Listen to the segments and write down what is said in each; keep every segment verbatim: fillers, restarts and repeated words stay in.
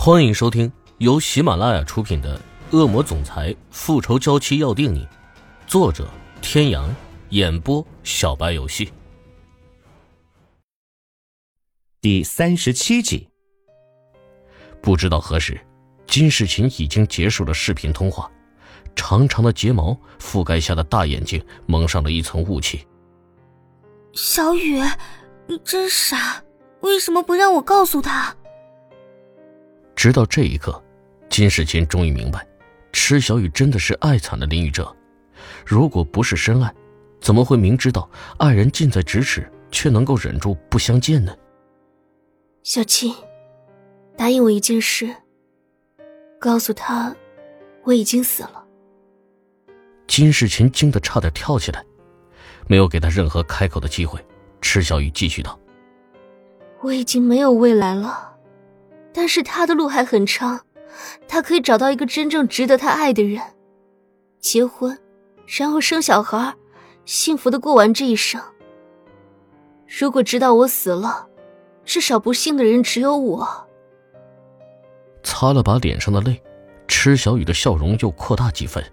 欢迎收听由喜马拉雅出品的《恶魔总裁复仇娇妻要定你》，作者天阳，演播小白游戏。 第三十七集。 不知道何时，金世琴已经结束了视频通话，长长的睫毛覆盖下的大眼睛蒙上了一层雾气。 小雨，你真傻，为什么不让我告诉他？ 直到这一刻，金世琴终于明白，池小雨真的是爱惨了林宇哲。如果不是深爱，怎么会明知道爱人近在咫尺，却能够忍住不相见呢？ 小青，答应我一件事，告诉他我已经死了。 金世琴惊得差点跳起来，没有给他任何开口的机会，池小雨继续道： 我已经没有未来了，但是他的路还很长，他可以找到一个真正值得他爱的人，结婚，然后生小孩，幸福的过完这一生。如果知道我死了，至少不幸的人只有我。 擦了把脸上的泪，池小雨的笑容又扩大几分。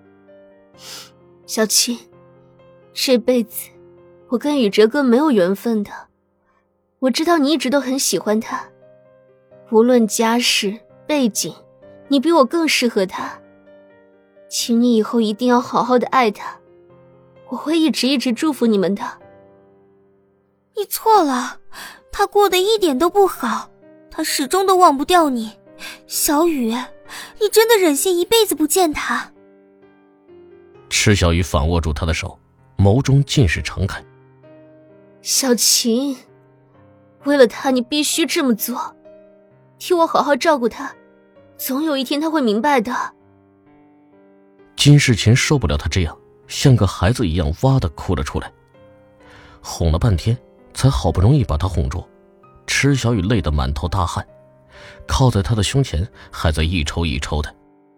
小青，这辈子我跟宇哲哥没有缘分的，我知道你一直都很喜欢他，无论家世背景，你比我更适合他，请你以后一定要好好的爱他，我会一直一直祝福你们的。你错了，他过得一点都不好，他始终都忘不掉你。小雨，你真的忍心一辈子不见他？ 池小雨反握住他的手，眸中尽是诚恳。 小琴，为了他你必须这么做，替我好好照顾他，总有一天他会明白的。 金世琴受不了他这样，像个孩子一样哇的哭了出来，哄了半天才好不容易把他哄住。池小雨累得满头大汗，靠在他的胸前还在一抽一抽的。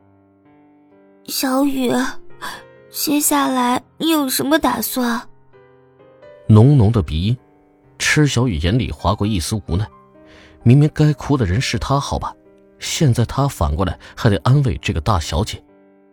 小雨，接下来你有什么打算？ 浓浓的鼻音，池小雨眼里划过一丝无奈，明明该哭的人是他好吧，现在他反过来还得安慰这个大小姐。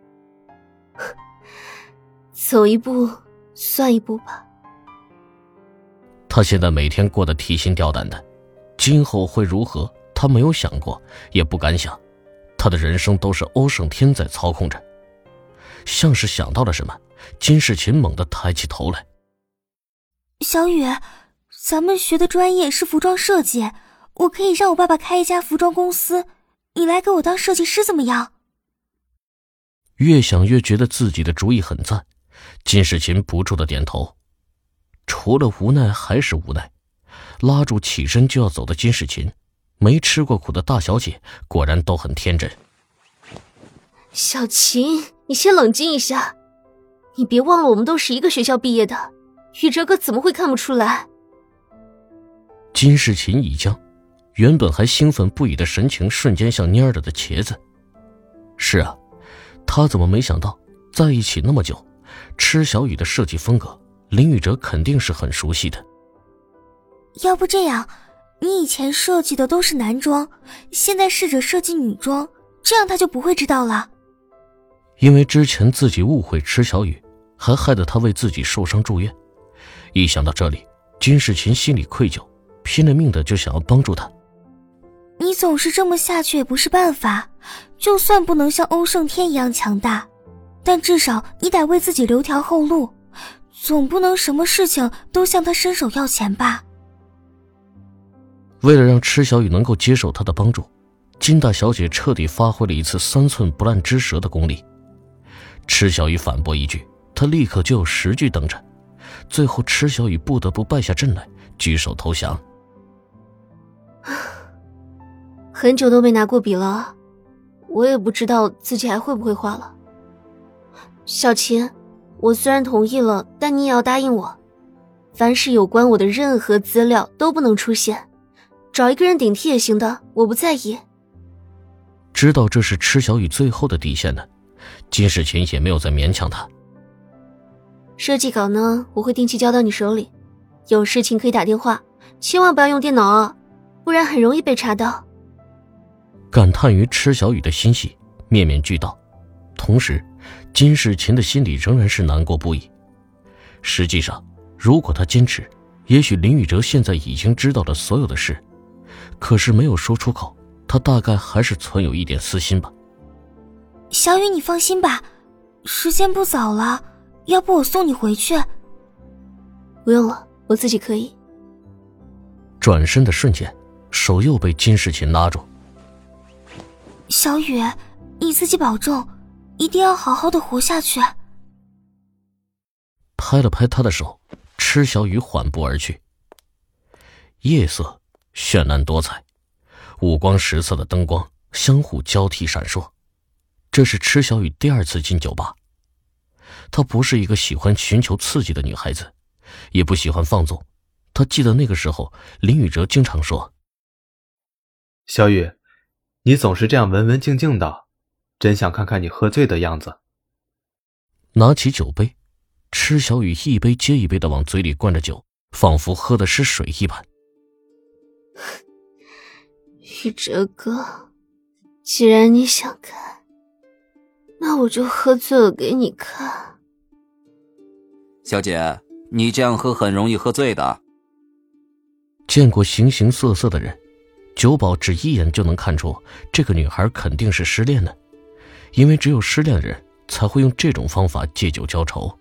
走一步算一步吧。 他现在每天过得提心吊胆的，今后会如何他没有想过，也不敢想，他的人生都是欧胜天在操控着。像是想到了什么，金世琴猛地抬起头来。 小雨，咱们学的专业是服装设计，我可以让我爸爸开一家服装公司，你来给我当设计师怎么样？ 越想越觉得自己的主意很赞，金世琴不住地点头。除了无奈还是无奈，拉住起身就要走的金世琴，没吃过苦的大小姐果然都很天真。 小琴，你先冷静一下，你别忘了我们都是一个学校毕业的，宇哲哥怎么会看不出来？ 金世琴一僵，原本还兴奋不已的神情瞬间像蔫了的茄子。是啊，他怎么没想到在一起那么久，池小雨的设计风格林宇哲肯定是很熟悉的。 要不这样，你以前设计的都是男装，现在试着设计女装，这样他就不会知道了。 因为之前自己误会池小雨，还害得他为自己受伤住院，一想到这里，金世琴心里愧疚，拼了命的就想要帮助他。 你总是这么下去也不是办法，就算不能像欧胜天一样强大，但至少你得为自己留条后路，总不能什么事情都向他伸手要钱吧。 为了让池小雨能够接受他的帮助，金大小姐彻底发挥了一次三寸不烂之舌的功力。池小雨反驳一句，他立刻就有十句等着，最后池小雨不得不败下阵来，举手投降。 很久都没拿过笔了，我也不知道自己还会不会画了。小琴，我虽然同意了，但你也要答应我，凡是有关我的任何资料都不能出现，找一个人顶替也行的，我不在意。 知道这是池小雨最后的底线呢，金世琴也没有再勉强他。 设计稿呢，我会定期交到你手里，有事情可以打电话，千万不要用电脑啊，不然很容易被查到。 感叹于池小雨的心细，面面俱到。同时，金世琴的心里仍然是难过不已。实际上，如果他坚持，也许林宇哲现在已经知道了所有的事，可是没有说出口，他大概还是存有一点私心吧。 小雨，你放心吧，时间不早了，要不我送你回去？ 不用了，我自己可以。 转身的瞬间，手又被金世琴拉住。 小雨，你自己保重，一定要好好的活下去。 拍了拍他的手，池小雨缓步而去。夜色绚烂多彩，五光十色的灯光相互交替闪烁。这是池小雨第二次进酒吧。她不是一个喜欢寻求刺激的女孩子，也不喜欢放纵。她记得那个时候，林宇哲经常说： 小雨，你总是这样文文静静的，真想看看你喝醉的样子。 拿起酒杯，池小雨一杯接一杯的往嘴里灌着酒，仿佛喝的是水一般。 宇哲哥，既然你想看，那我就喝醉了给你看。 小姐，你这样喝很容易喝醉的。 见过形形色色的人，酒保只一眼就能看出这个女孩肯定是失恋的，因为只有失恋的人才会用这种方法借酒浇愁。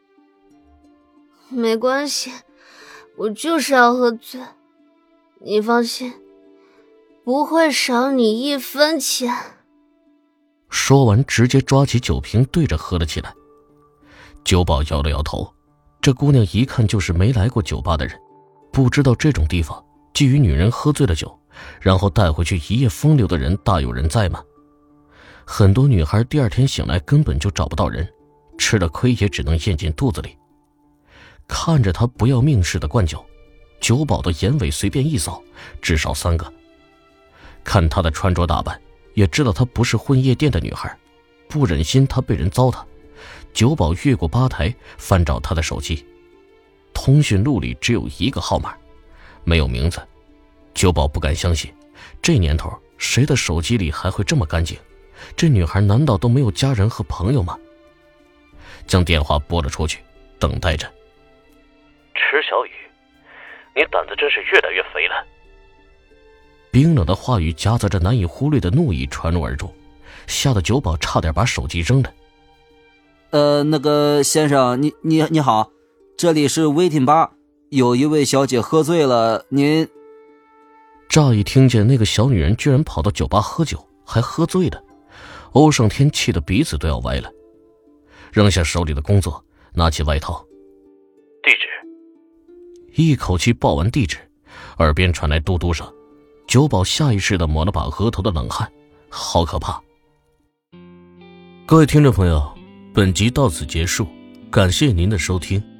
没关系，我就是要喝醉，你放心，不会少你一分钱。 说完直接抓起酒瓶对着喝了起来。酒保摇了摇头，这姑娘一看就是没来过酒吧的人，不知道这种地方基于女人喝醉了酒然后带回去一夜风流的人大有人在吗？很多女孩第二天醒来根本就找不到人，吃了亏也只能咽进肚子里。看着她不要命似的灌酒，酒保的眼尾随便一扫，至少三个。看她的穿着打扮，也知道她不是混夜店的女孩，不忍心她被人糟蹋。酒保越过吧台翻找她的手机，通讯录里只有一个号码，没有名字。酒保不敢相信，这年头谁的手机里还会这么干净？这女孩难道都没有家人和朋友吗？将电话拨了出去，等待着。 池小雨，你胆子真是越来越肥了。 冰冷的话语夹杂着难以忽略的怒意传入耳中，吓得酒保差点把手机扔了。 呃，那个先生，你你你好，这里是威挺吧，有一位小姐喝醉了，您…… 乍一听见那个小女人居然跑到酒吧喝酒，还喝醉了，欧胜天气得鼻子都要歪了，扔下手里的工作，拿起外套。 地址。 一口气报完地址，耳边传来嘟嘟声，酒保下意识地抹了把额头的冷汗，好可怕。各位听众朋友，本集到此结束，感谢您的收听。